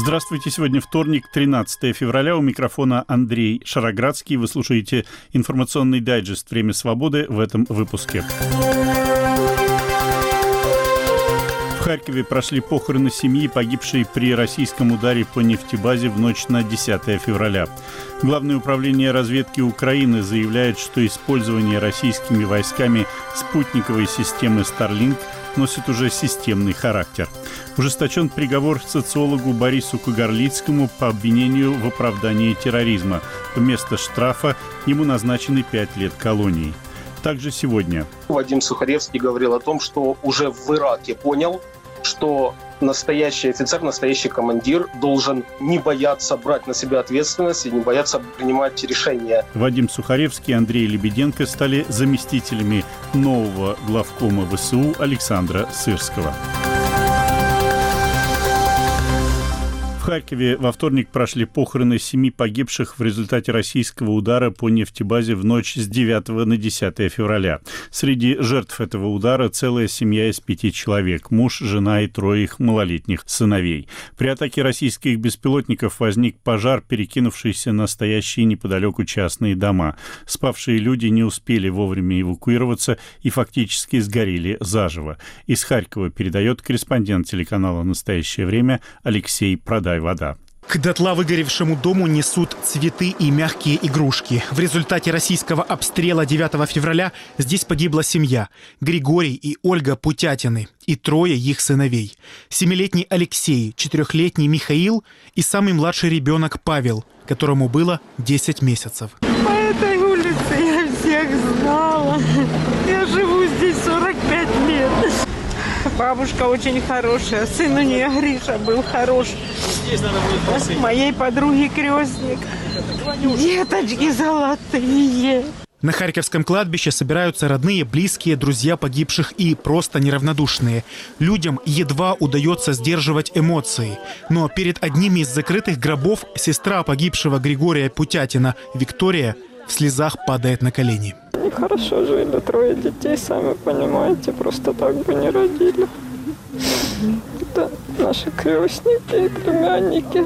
Здравствуйте. Сегодня вторник, 13 февраля. У микрофона Андрей Шароградский. Вы слушаете информационный дайджест «Время свободы» в этом выпуске. В Харькове прошли похороны семьи, погибшей при российском ударе по нефтебазе в ночь на 10 февраля. Главное управление разведки Украины заявляет, что использование российскими войсками спутниковой системы Starlink носит уже системный характер. Ужесточен приговор социологу Борису Кагарлицкому по обвинению в оправдании терроризма. Вместо штрафа ему назначены 5 лет колонии. Также сегодня Вадим Сухаревский говорил о том, что уже в Ираке понял, что настоящий офицер, настоящий командир должен не бояться брать на себя ответственность и не бояться принимать решения. Вадим Сухаревский и Андрей Лебеденко стали заместителями нового главкома ВСУ Александра Сырского. В Харькове во вторник прошли похороны 7 погибших в результате российского удара по нефтебазе в ночь с 9 на 10 февраля. Среди жертв этого удара целая семья из 5 человек – муж, жена и 3 их малолетних сыновей. При атаке российских беспилотников возник пожар, перекинувшийся на стоящие неподалеку частные дома. Спавшие люди не успели вовремя эвакуироваться и фактически сгорели заживо. Из Харькова передает корреспондент телеканала «Настоящее время» Алексей Продай вода. К дотла выгоревшему дому несут цветы и мягкие игрушки. В результате российского обстрела 9 февраля здесь погибла семья – Григорий и Ольга Путятины и 3 их сыновей. 7-летний Алексей, 4-летний Михаил и самый младший ребенок Павел, которому было 10 месяцев. По этой улице я всех знала. Я живу здесь 45 лет. Бабушка очень хорошая, сын у нее Гриша был хороший. Моей подруги крестник. Деточки золотые. На Харьковском кладбище собираются родные, близкие, друзья погибших и просто неравнодушные. Людям едва удается сдерживать эмоции. Но перед одним из закрытых гробов сестра погибшего Григория Путятина, Виктория, в слезах падает на колени. Хорошо жили, 3 детей, сами понимаете, просто так бы не родили. Это наши крестники и племянники.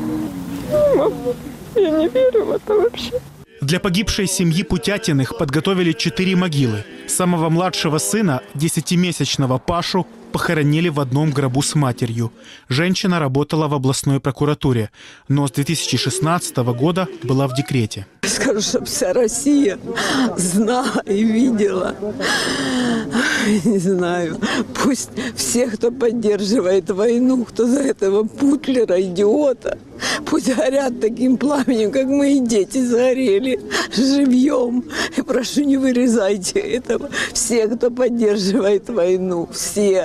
Я не верю в это вообще. Для погибшей семьи Путятиных подготовили 4 могилы. Самого младшего сына, 10-месячного Пашу, похоронили в одном гробу с матерью. Женщина работала в областной прокуратуре, но с 2016 года была в декрете. Скажу, чтобы вся Россия знала и видела. Не знаю, пусть все, кто поддерживает войну, кто за этого Путлера, идиота, пусть горят таким пламенем, как мои дети сгорели живьем. И прошу, не вырезайте этого. Все, кто поддерживает войну, все,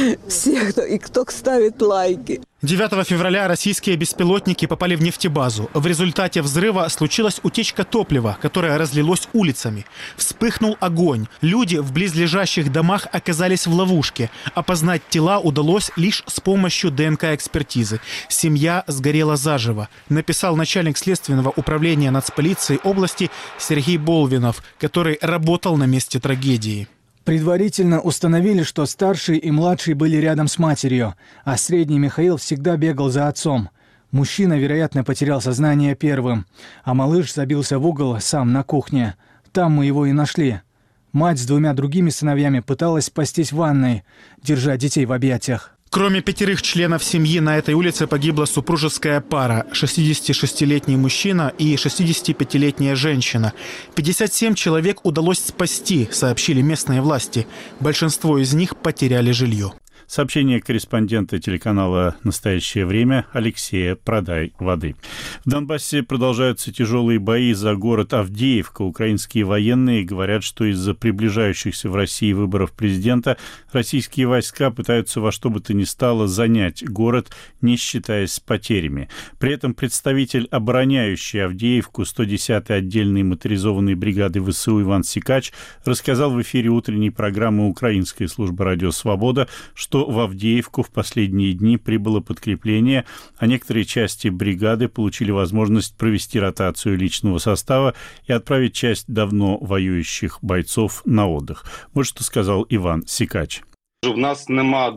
кто ставит лайки. 9 февраля российские беспилотники попали в нефтебазу. В результате взрыва случилась утечка топлива, которое разлилось улицами. Вспыхнул огонь. Люди в близлежащих домах оказались в ловушке. Опознать тела удалось лишь с помощью ДНК-экспертизы. Семья сгорела заживо, написал начальник следственного управления нацполиции области Сергей Болвинов, который работал на месте трагедии. Предварительно установили, что старший и младший были рядом с матерью, а средний Михаил всегда бегал за отцом. Мужчина, вероятно, потерял сознание первым, а малыш забился в угол сам на кухне. Там мы его и нашли. Мать с 2 другими сыновьями пыталась спастись в ванной, держа детей в объятиях. Кроме 5 членов семьи, на этой улице погибла супружеская пара – 66-летний мужчина и 65-летняя женщина. 57 человек удалось спасти, сообщили местные власти. Большинство из них потеряли жилье. Сообщение корреспондента телеканала «Настоящее время» Алексея Продай воды. В Донбассе продолжаются тяжелые бои за город Авдеевка. Украинские военные говорят, что из-за приближающихся в России выборов президента российские войска пытаются во что бы то ни стало занять город, не считаясь с потерями. При этом представитель обороняющей Авдеевку 110-й отдельной моторизованной бригады ВСУ Иван Сикач рассказал в эфире утренней программы Украинской службы «Радио Свобода», что в Авдеевку в последние дни прибыло подкрепление, а некоторые части бригады получили возможность провести ротацию личного состава и отправить часть давно воюющих бойцов на отдых. Вот что сказал Иван Сикач. У нас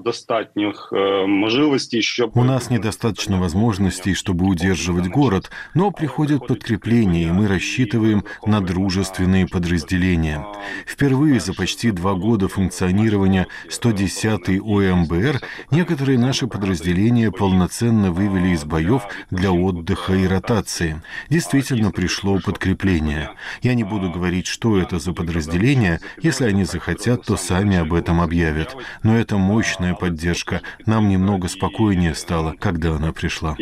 недостаточно возможностей, чтобы удерживать город, но приходят подкрепления, и мы рассчитываем на дружественные подразделения. Впервые за почти 2 года функционирования 110-й ОМБР некоторые наши подразделения полноценно вывели из боев для отдыха и ротации. Действительно пришло подкрепление. Я не буду говорить, что это за подразделения. Если они захотят, то сами об этом объявят. Но это мощная поддержка. Нам немного спокойнее стало, когда она пришла.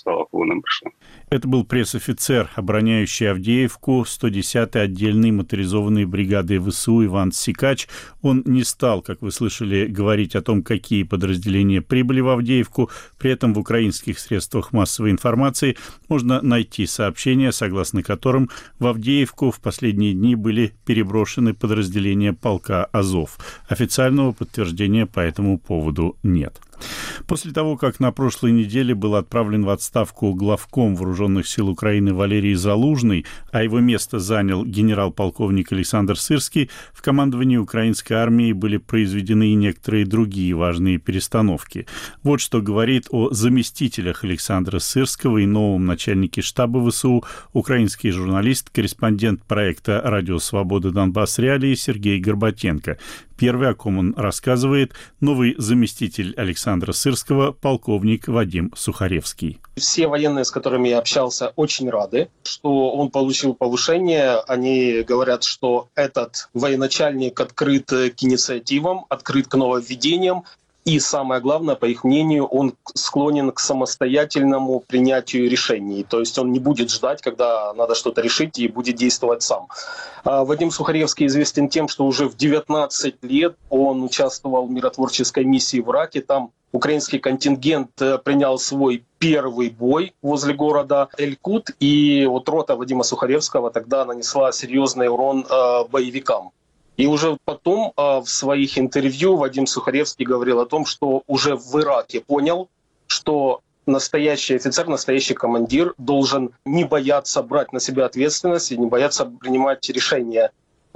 Это был пресс-офицер, обороняющий Авдеевку 110-й отдельной моторизованной бригады ВСУ Иван Сикач. Он не стал, как вы слышали, говорить о том, какие подразделения прибыли в Авдеевку. При этом в украинских средствах массовой информации можно найти сообщения, согласно которым в Авдеевку в последние дни были переброшены подразделения полка Азов. Официального подтверждения по этому поводу нет. После того, как на прошлой неделе был отправлен в отставку главком Вооруженных сил Украины Валерий Залужный, а его место занял генерал-полковник Александр Сырский, в командовании украинской армии были произведены и некоторые другие важные перестановки. Вот что говорит о заместителях Александра Сырского и новом начальнике штаба ВСУ украинский журналист, корреспондент проекта «Радио Свобода Донбасс Реалии» Сергей Горбатенко. Первый, о ком он рассказывает, новый заместитель Александра Сырского, полковник Вадим Сухаревский. Все военные, с которыми я общался, очень рады, что он получил повышение. Они говорят, что этот военачальник открыт к инициативам, открыт к нововведениям. И самое главное, по их мнению, он склонен к самостоятельному принятию решений. То есть он не будет ждать, когда надо что-то решить, и будет действовать сам. Вадим Сухаревский известен тем, что уже в 19 лет он участвовал в миротворческой миссии в Ираке. Там украинский контингент принял свой первый бой возле города Эль-Кут. И вот рота Вадима Сухаревского тогда нанесла серьезный урон боевикам. И уже потом в своих интервью Вадим Сухаревский говорил о том, что уже в Ираке понял, что настоящий офицер, настоящий командир должен не бояться брать на себя ответственность и не бояться принимать решения.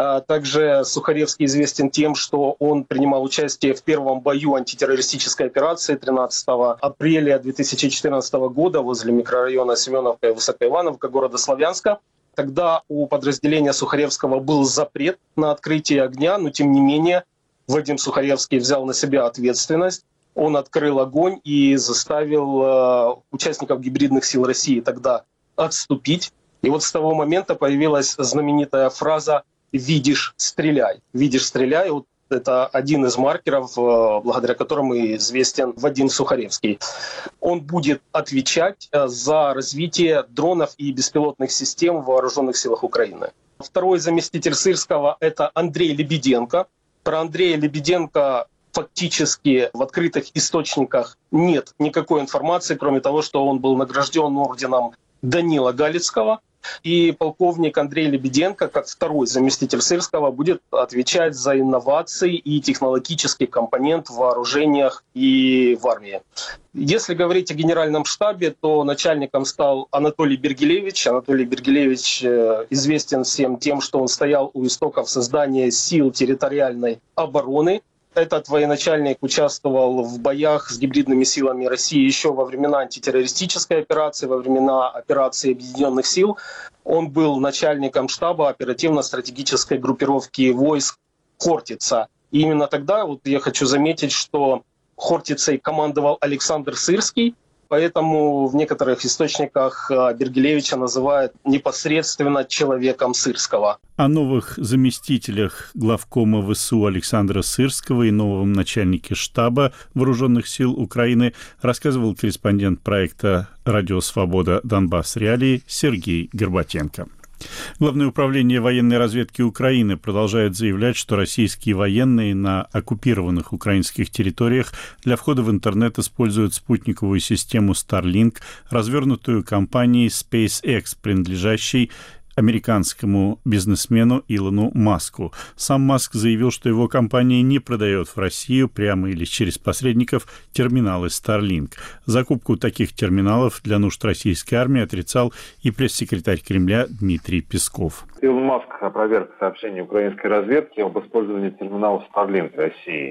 Также Сухаревский известен тем, что он принимал участие в первом бою антитеррористической операции 13 апреля 2014 года возле микрорайона Семеновка и Высокоивановка города Славянска. Тогда у подразделения Сухаревского был запрет на открытие огня, но тем не менее Вадим Сухаревский взял на себя ответственность. Он открыл огонь и заставил участников гибридных сил России тогда отступить. И вот с того момента появилась знаменитая фраза «видишь, стреляй». «Видишь, стреляй». Вот это один из маркеров, благодаря которому известен Вадим Сухаревский. Он будет отвечать за развитие дронов и беспилотных систем в вооруженных силах Украины. Второй заместитель Сырского – это Андрей Лебеденко. Про Андрея Лебеденко фактически в открытых источниках нет никакой информации, кроме того, что он был награжден орденом Данила Галицкого. И полковник Андрей Лебеденко, как второй заместитель Сырского, будет отвечать за инновации и технологический компонент в вооружениях и в армии. Если говорить о генеральном штабе, то начальником стал Анатолий Бергилевич. Анатолий Бергилевич известен всем тем, что он стоял у истоков создания сил территориальной обороны. Этот военачальник участвовал в боях с гибридными силами России еще во времена антитеррористической операции, во времена операции Объединенных сил. Он был начальником штаба оперативно-стратегической группировки войск Хортица. И именно тогда, вот я хочу заметить, что Хортицей командовал Александр Сырский, поэтому в некоторых источниках Бергилевича называют непосредственно человеком Сырского. О новых заместителях главкома ВСУ Александра Сырского и новом начальнике штаба Вооруженных сил Украины рассказывал корреспондент проекта «Радио Свобода Донбасс Реалии» Сергей Горбатенко. Главное управление военной разведки Украины продолжает заявлять, что российские военные на оккупированных украинских территориях для входа в интернет используют спутниковую систему Starlink, развернутую компанией SpaceX, принадлежащей американскому бизнесмену Илону Маску. Сам Маск заявил, что его компания не продает в Россию прямо или через посредников терминалы Starlink. Закупку таких терминалов для нужд российской армии отрицал и пресс-секретарь Кремля Дмитрий Песков. Илон Маск опроверг сообщение украинской разведки об использовании терминалов Starlink в России.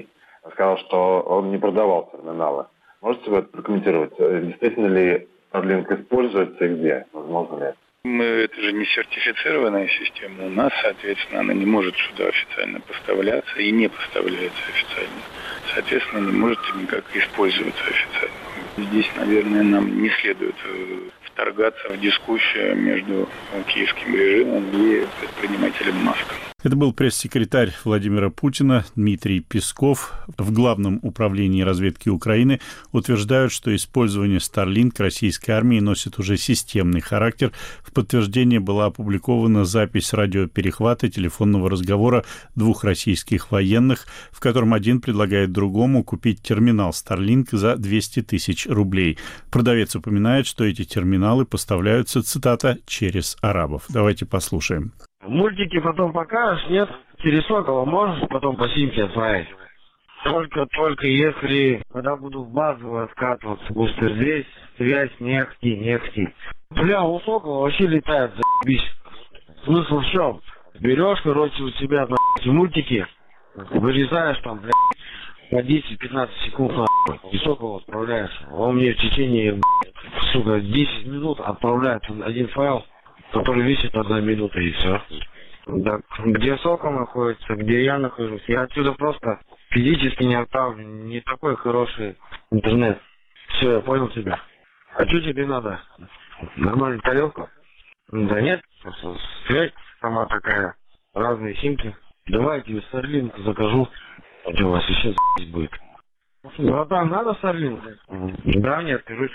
сказал, что он не продавал терминалы. Можете вы это прокомментировать? Действительно ли Starlink используется и где? Возможно ли это? Это же не сертифицированная система у нас, соответственно, она не может сюда официально поставляться и не поставляется официально. Соответственно, не может никак использоваться официально. Здесь, наверное, нам не следует вторгаться в дискуссию между киевским режимом и предпринимателем Маском. Это был пресс-секретарь Владимира Путина Дмитрий Песков. В Главном управлении разведки Украины утверждают, что использование Starlink российской армии носит уже системный характер. В подтверждение была опубликована запись радиоперехвата телефонного разговора двух российских военных, в котором один предлагает другому купить терминал Starlink за 200 тысяч рублей. Продавец упоминает, что эти терминалы поставляются, цитата, через арабов. Давайте послушаем. Мультики потом покажешь, нет? Через Сокола можешь потом по симке отправить? Только если, когда буду в базу откатываться, потому что здесь связь не ахти. Бля, у Сокола вообще летает, заебись. Смысл в чем? Берешь, короче, у себя мультики, вырезаешь там, бля, по 10-15 секунд, нахуй, и Сокол отправляешь. Он мне в течение, сука, 10 минут отправляет один файл, который весит 1 минута, и все. Да, где Сокол находится, где я нахожусь, я отсюда просто физически не отправлю, не такой хороший интернет. Все, я понял тебя. А что тебе надо? Нормальную тарелку? Да нет, связь сама такая, разные симки. Давай я тебе Starlink закажу, у вас еще будет. Братан, надо Starlink? Да, не откажусь.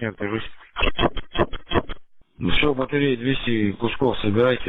Все, батареи 200 кусков собирайте.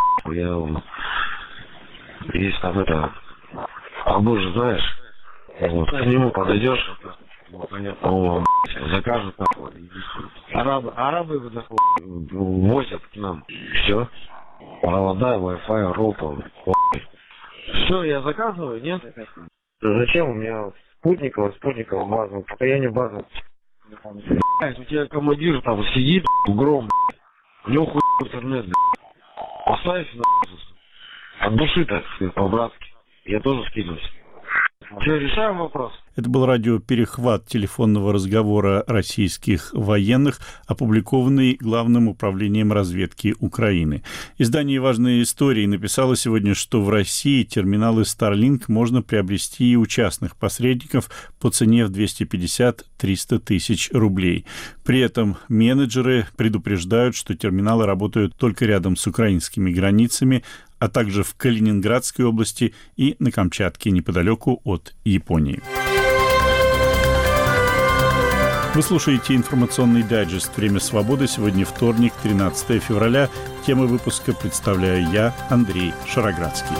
Есть там это... Боже, знаешь, вот, к нему подойдешь, он закажет, нахуй. Арабы возят к нам. Все. Провода, Wi-Fi, роутер. Все, я заказываю, нет? Зачем? У меня спутников базу. Пока я не базу. У тебя командир там сидит, гром. У него хуй интернет, поставь от души, так сказать, по-братски. Я тоже скинусь. Что, решаем вопрос? Это был радиоперехват телефонного разговора российских военных, опубликованный Главным управлением разведки Украины. Издание «Важные истории» написало сегодня, что в России терминалы Starlink можно приобрести и у частных посредников по цене в 250-300 тысяч рублей. При этом менеджеры предупреждают, что терминалы работают только рядом с украинскими границами, а также в Калининградской области и на Камчатке, неподалеку от Японии. Вы слушаете информационный дайджест «Время свободы». Сегодня вторник, 13 февраля. Темы выпуска представляю я, Андрей Шароградский.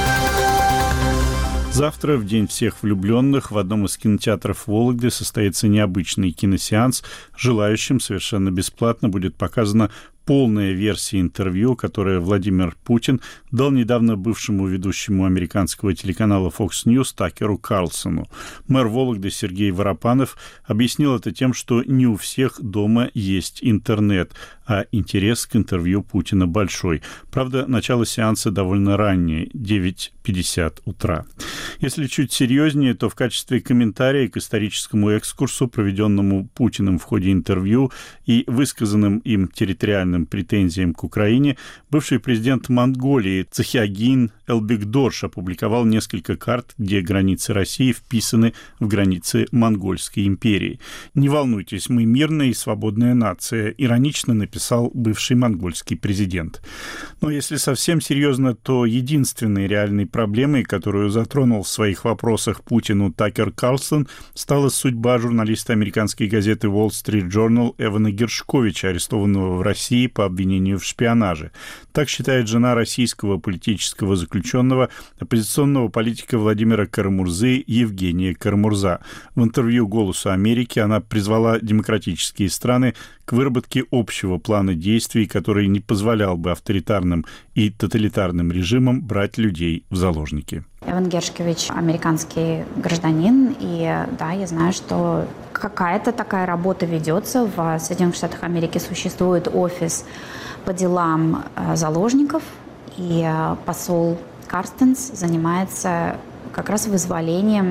Завтра, в День всех влюбленных, в одном из кинотеатров Вологды состоится необычный киносеанс. Желающим совершенно бесплатно будет показана полная версия интервью, которое Владимир Путин дал недавно бывшему ведущему американского телеканала Fox News Такеру Карлсону. Мэр Вологды Сергей Воропанов объяснил это тем, что не у всех дома есть интернет, а интерес к интервью Путина большой. Правда, начало сеанса довольно раннее, 9:50 утра. Если чуть серьезнее, то в качестве комментария к историческому экскурсу, проведенному Путиным в ходе интервью и высказанным им территориальным претензиям к Украине, бывший президент Монголии Цахиагин Элбекдорш опубликовал несколько карт, где границы России вписаны в границы Монгольской империи. «Не волнуйтесь, мы мирная и свободная нация», иронично написал бывший монгольский президент. Но если совсем серьезно, то единственной реальной проблемой, которую затронул в своих вопросах Путину Такер Карлсон, стала судьба журналиста американской газеты Wall Street Journal Эвана Гершковича, арестованного в России по обвинению в шпионаже. Так считает жена российского политического заключенного, оппозиционного политика Владимира Карамурзы Евгения Карамурза. В интервью «Голосу Америки» она призвала демократические страны к выработке общего плана действий, который не позволял бы авторитарным и тоталитарным режимам брать людей в заложники. Эван Гершкович американский гражданин, и да, я знаю, что какая-то такая работа ведется. В Соединенных Штатах Америки существует офис по делам заложников, и посол Карстенс занимается как раз вызволением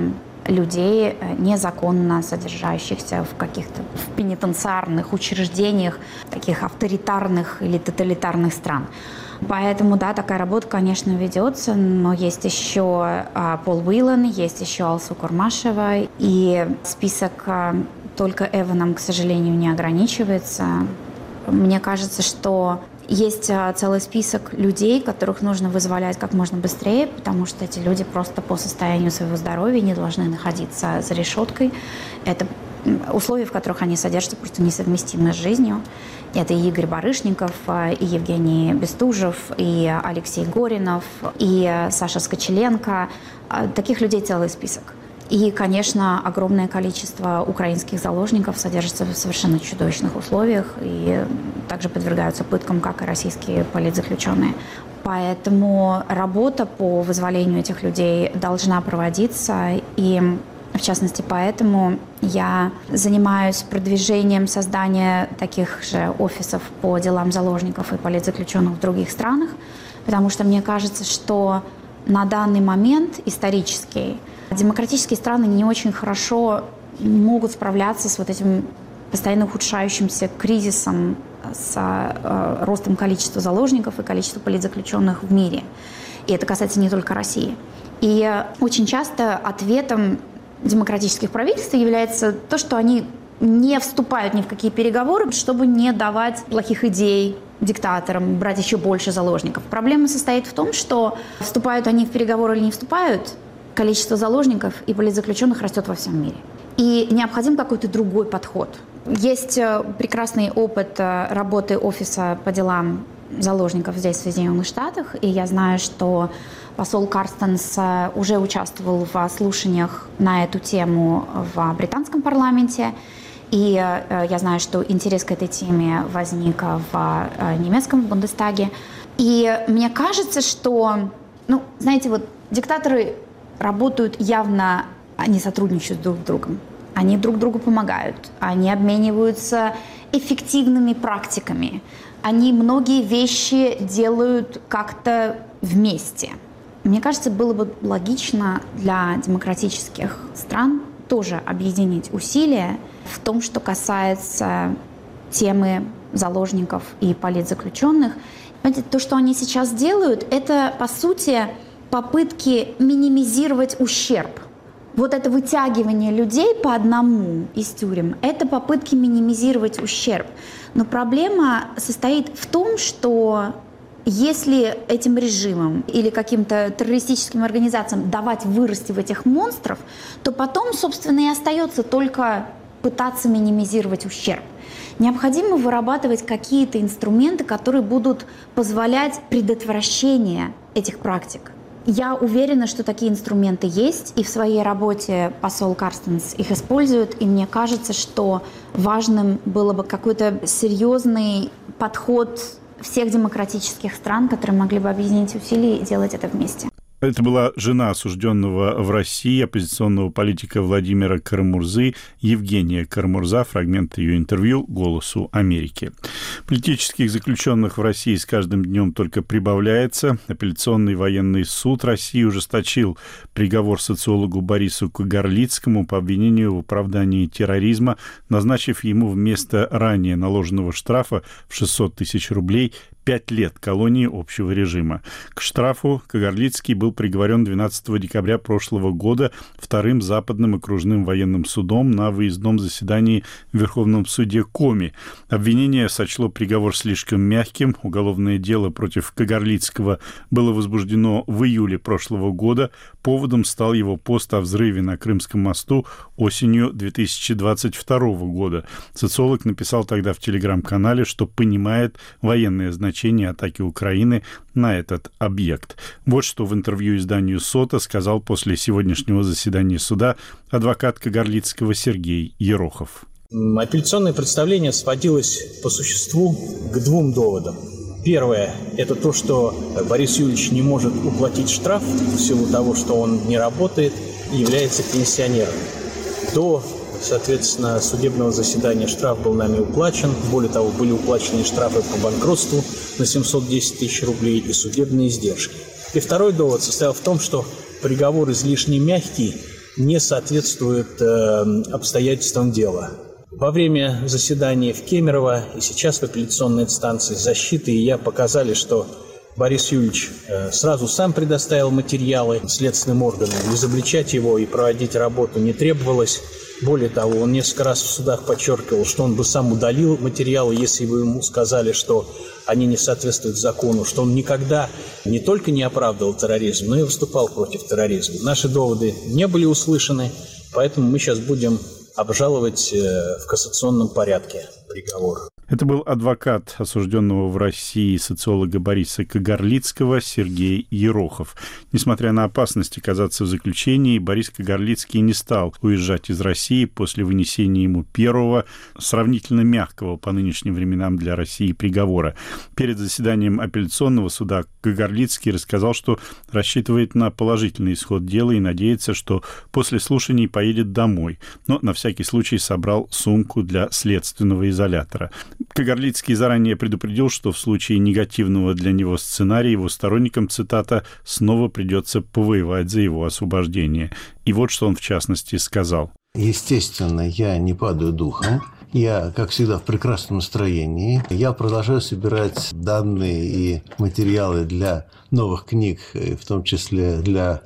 людей, незаконно содержащихся в каких-то пенитенциарных учреждениях таких авторитарных или тоталитарных стран. Поэтому, да, такая работа, конечно, ведется, но есть еще Пол Уилан, есть еще Алсу Курмашева, и список только Эваном, к сожалению, не ограничивается. Мне кажется, что есть целый список людей, которых нужно вызволять как можно быстрее, потому что эти люди просто по состоянию своего здоровья не должны находиться за решеткой. Это условия, в которых они содержатся, просто несовместимы с жизнью. Это и Игорь Барышников, и Евгений Бестужев, и Алексей Горинов, и Саша Скочеленко. Таких людей целый список. И, конечно, огромное количество украинских заложников содержатся в совершенно чудовищных условиях и также подвергаются пыткам, как и российские политзаключенные. Поэтому работа по вызволению этих людей должна проводиться, и в частности, поэтому я занимаюсь продвижением создания таких же офисов по делам заложников и политзаключенных в других странах, потому что мне кажется, что на данный момент исторический демократические страны не очень хорошо могут справляться с вот этим постоянно ухудшающимся кризисом, с ростом количества заложников и количества политзаключенных в мире. И это касается не только России. И очень часто ответом демократических правительств является то, что они не вступают ни в какие переговоры, чтобы не давать плохих идей диктаторам, брать еще больше заложников. Проблема состоит в том, что вступают они в переговоры или не вступают, количество заложников и политзаключенных растет во всем мире. И необходим какой-то другой подход. Есть прекрасный опыт работы офиса по делам заложников здесь, в Соединенных Штатах, и я знаю, что посол Карстенс уже участвовал в слушаниях на эту тему в британском парламенте, и я знаю, что интерес к этой теме возник в немецком Бундестаге. И мне кажется, что, знаете, вот диктаторы работают явно, они сотрудничают друг с другом, они друг другу помогают, они обмениваются эффективными практиками, они многие вещи делают как-то вместе. Мне кажется, было бы логично для демократических стран тоже объединить усилия в том, что касается темы заложников и политзаключенных. Понимаете, то, что они сейчас делают, это, по сути, попытки минимизировать ущерб. Вот это вытягивание людей по одному из тюрем, это попытки минимизировать ущерб. Но проблема состоит в том, что если этим режимам или каким-то террористическим организациям давать вырасти в этих монстров, то потом, собственно, и остается только пытаться минимизировать ущерб. Необходимо вырабатывать какие-то инструменты, которые будут позволять предотвращение этих практик. Я уверена, что такие инструменты есть, и в своей работе посол Карстенс их использует, и мне кажется, что важным было бы какой-то серьезный подход всех демократических стран, которые могли бы объединить усилия и делать это вместе. Это была жена осужденного в России оппозиционного политика Владимира Карамурзы, Евгения Карамурза, фрагмент ее интервью «Голосу Америки». Политических заключенных в России с каждым днем только прибавляется. Апелляционный военный суд России ужесточил приговор социологу Борису Кагарлицкому по обвинению в оправдании терроризма, назначив ему вместо ранее наложенного штрафа в 600 тысяч рублей 5 лет колонии общего режима. К штрафу Кагарлицкий был приговорен 12 декабря прошлого года Вторым западным окружным военным судом на выездном заседании в Верховном суде Коми. Обвинение сочло приговор слишком мягким. Уголовное дело против Кагарлицкого было возбуждено в июле прошлого года. Поводом стал его пост о взрыве на Крымском мосту осенью 2022 года. Социолог написал тогда в телеграм-канале, что понимает военное значение атаки Украины на этот объект. Вот что в интервью изданию «Сота» сказал после сегодняшнего заседания суда адвокат Кагарлицкого Сергей Ерохов. Апелляционное представление сводилось по существу к двум доводам. Первое – это то, что Борис Юрьевич не может уплатить штраф в силу того, что он не работает и является пенсионером. До, соответственно, судебного заседания штраф был нами уплачен. Более того, были уплачены штрафы по банкротству на 710 тысяч рублей и судебные издержки. И второй довод состоял в том, что приговор излишне мягкий не соответствует обстоятельствам дела. Во время заседания в Кемерово и сейчас в апелляционной инстанции защиты и я показали, что Борис Юрьевич сразу сам предоставил материалы следственным органам. Изобличать его и проводить работу не требовалось. Более того, он несколько раз в судах подчеркивал, что он бы сам удалил материалы, если бы ему сказали, что они не соответствуют закону, что он никогда не только не оправдывал терроризм, но и выступал против терроризма. Наши доводы не были услышаны, поэтому мы сейчас будем обжаловать в кассационном порядке приговор. Это был адвокат осужденного в России социолога Бориса Кагарлицкого Сергей Ерохов. Несмотря на опасность оказаться в заключении, Борис Кагарлицкий не стал уезжать из России после вынесения ему первого, сравнительно мягкого по нынешним временам для России приговора. Перед заседанием апелляционного суда Кагарлицкий рассказал, что рассчитывает на положительный исход дела и надеется, что после слушаний поедет домой, но на всякий случай собрал сумку для следственного изолятора. Кагарлицкий заранее предупредил, что в случае негативного для него сценария его сторонникам, цитата, «снова придется повоевать за его освобождение». И вот что он в частности сказал. Естественно, я не падаю духом. Я, как всегда, в прекрасном настроении. Я продолжаю собирать данные и материалы для новых книг, в том числе для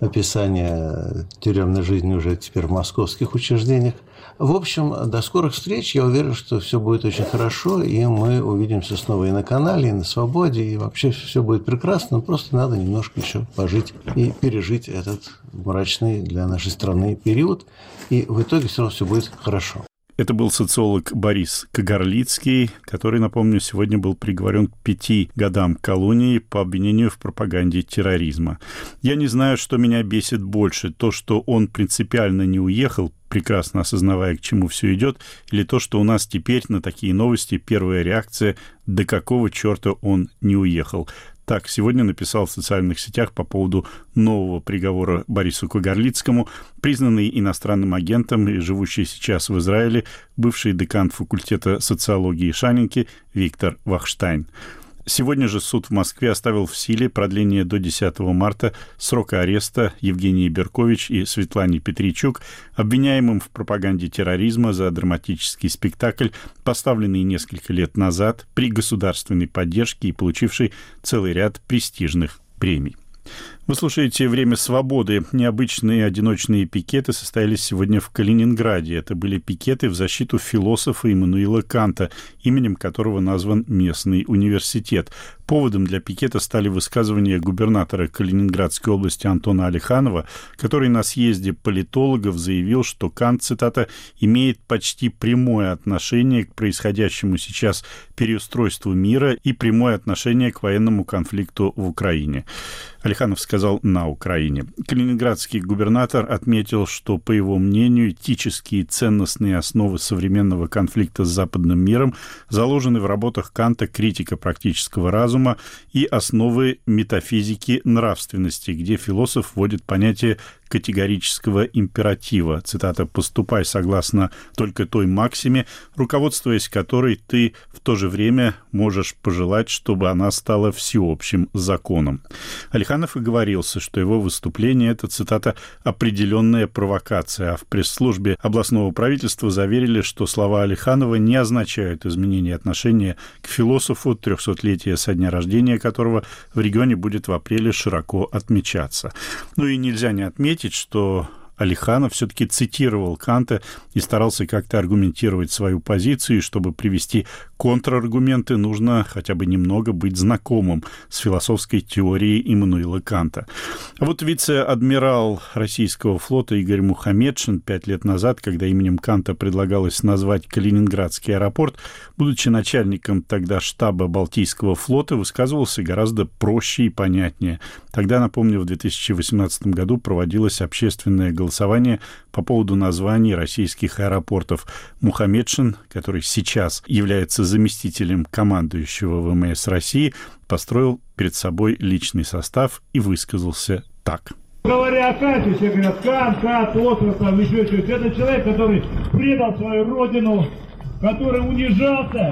описания тюремной жизни уже теперь в московских учреждениях. В общем, до скорых встреч. Я уверен, что все будет очень хорошо, и мы увидимся снова и на канале, и на свободе, и вообще все будет прекрасно. Просто надо немножко еще пожить и пережить этот мрачный для нашей страны период, и в итоге все равно все будет хорошо. Это был социолог Борис Кагарлицкий, который, напомню, сегодня был приговорен к 5 годам колонии по обвинению в пропаганде терроризма. Я не знаю, что меня бесит больше, то, что он принципиально не уехал, прекрасно осознавая, к чему все идет, или то, что у нас теперь на такие новости первая реакция «до какого черта он не уехал?». Так сегодня написал в социальных сетях по поводу нового приговора Борису Кагарлицкому признанный иностранным агентом и живущий сейчас в Израиле бывший декан факультета социологии Шанинки Виктор Вахштайн. Сегодня же суд в Москве оставил в силе продление до 10 марта срока ареста Евгении Беркович и Светлане Петричук, обвиняемым в пропаганде терроризма за драматический спектакль, поставленный несколько лет назад при государственной поддержке и получивший целый ряд престижных премий. Вы слушаете «Время свободы». Необычные одиночные пикеты состоялись сегодня в Калининграде. Это были пикеты в защиту философа Иммануила Канта, именем которого назван местный университет. Поводом для пикета стали высказывания губернатора Калининградской области Антона Алиханова, который на съезде политологов заявил, что Кант, цитата, «имеет почти прямое отношение к происходящему сейчас переустройству мира и прямое отношение к военному конфликту в Украине». Алиханов сказал «на Украине». Калининградский губернатор отметил, что, по его мнению, этические и ценностные основы современного конфликта с западным миром заложены в работах Канта «Критика практического разума» и «Основы метафизики нравственности», где философ вводит понятие категорического императива, цитата, «поступай согласно только той максиме, руководствуясь которой ты в то же время можешь пожелать, чтобы она стала всеобщим законом». Алиханов оговорился, что его выступление — это, цитата, «определенная провокация», а в пресс-службе областного правительства заверили, что слова Алиханова не означают изменения отношения к философу, 300-летие со дня рождения которого в регионе будет в апреле широко отмечаться. Ну и нельзя не отметить, что Алиханов все-таки цитировал Канта и старался как-то аргументировать свою позицию, и чтобы привести контраргументы, нужно хотя бы немного быть знакомым с философской теорией Иммануила Канта. А вот вице-адмирал российского флота Игорь Мухамедшин 5 лет назад, когда именем Канта предлагалось назвать Калининградский аэропорт, будучи начальником тогда штаба Балтийского флота, высказывался гораздо проще и понятнее. Тогда, напомню, в 2018 году проводилось общественное голосование по поводу названий российских аэропортов. Мухамедшин, который сейчас является заместителем командующего ВМС России, построил перед собой личный состав и высказался так. Говоря о Канте, все говорят, Кант, остров, там еще что-то. Это человек, который предал свою родину, который унижался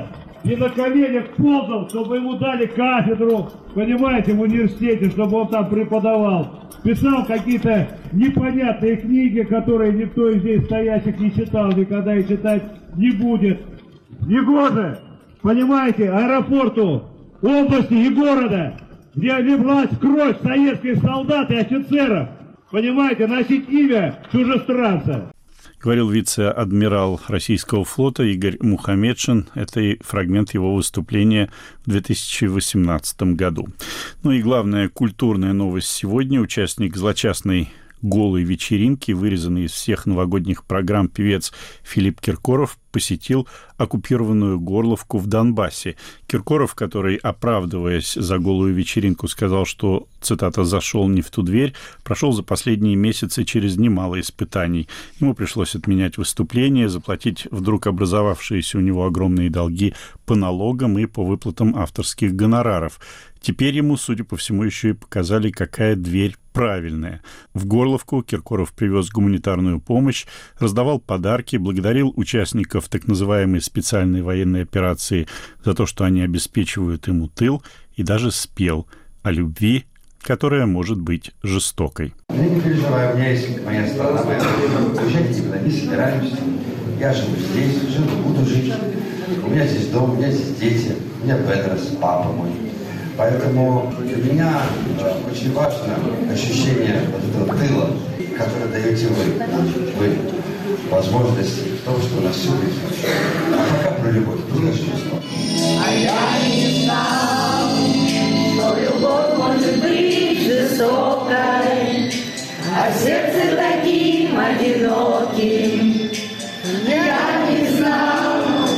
и на коленях ползал, чтобы ему дали кафедру, понимаете, в университете, чтобы он там преподавал. Писал какие-то непонятные книги, которые никто из здесь стоящих не читал, никогда и читать не будет. Негоже, понимаете, аэропорту, области и города, где лилась кровь советских солдат и офицеров, понимаете, носить имя чужестранца. Говорил вице-адмирал российского флота Игорь Мухамедшин. Это и фрагмент его выступления в 2018 году. Ну и главная культурная новость сегодня. Участник злочастной голой вечеринки, вырезанный из всех новогодних программ певец Филипп Киркоров, посетил оккупированную Горловку в Донбассе. Киркоров, который, оправдываясь за голую вечеринку, сказал, что, цитата, «зашел не в ту дверь», прошел за последние месяцы через немало испытаний. Ему пришлось отменять выступление, заплатить вдруг образовавшиеся у него огромные долги по налогам и по выплатам авторских гонораров. Теперь ему, судя по всему, еще и показали, какая дверь правильная. В Горловку Киркоров привез гуманитарную помощь, раздавал подарки, благодарил участников так называемой специальной военной операции за то, что они обеспечивают ему тыл, и даже спел о любви, которая может быть жестокой. Я не переживаю, у меня есть моя страна, моя родина. Уезжать никуда не собираемся. Я живу здесь, буду жить. У меня здесь дом, у меня здесь дети, у меня Петрос, папа мой. Поэтому для меня очень важно ощущение вот этого тыла, которое даете вы. Возможность того, что у нас все будет хорошо. А пока про любовь, пусть даже чувство. А я не знал, что любовь может быть жестокой, а сердце таким одиноким. Я не знал.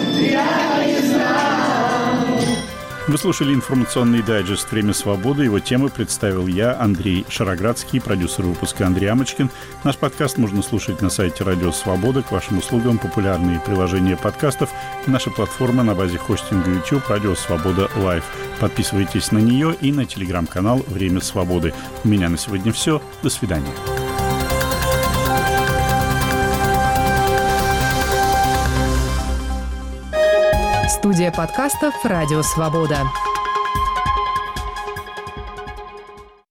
Вы слушали информационный дайджест «Время свободы». Его темы представил я, Андрей Шароградский, продюсер выпуска Андрей Амочкин. Наш подкаст можно слушать на сайте «Радио Свобода». К вашим услугам популярные приложения подкастов и наша платформа на базе хостинга YouTube «Радио Свобода Лайв». Подписывайтесь на нее и на телеграм-канал «Время свободы». У меня на сегодня все. До свидания. Студия подкастов «Радио Свобода».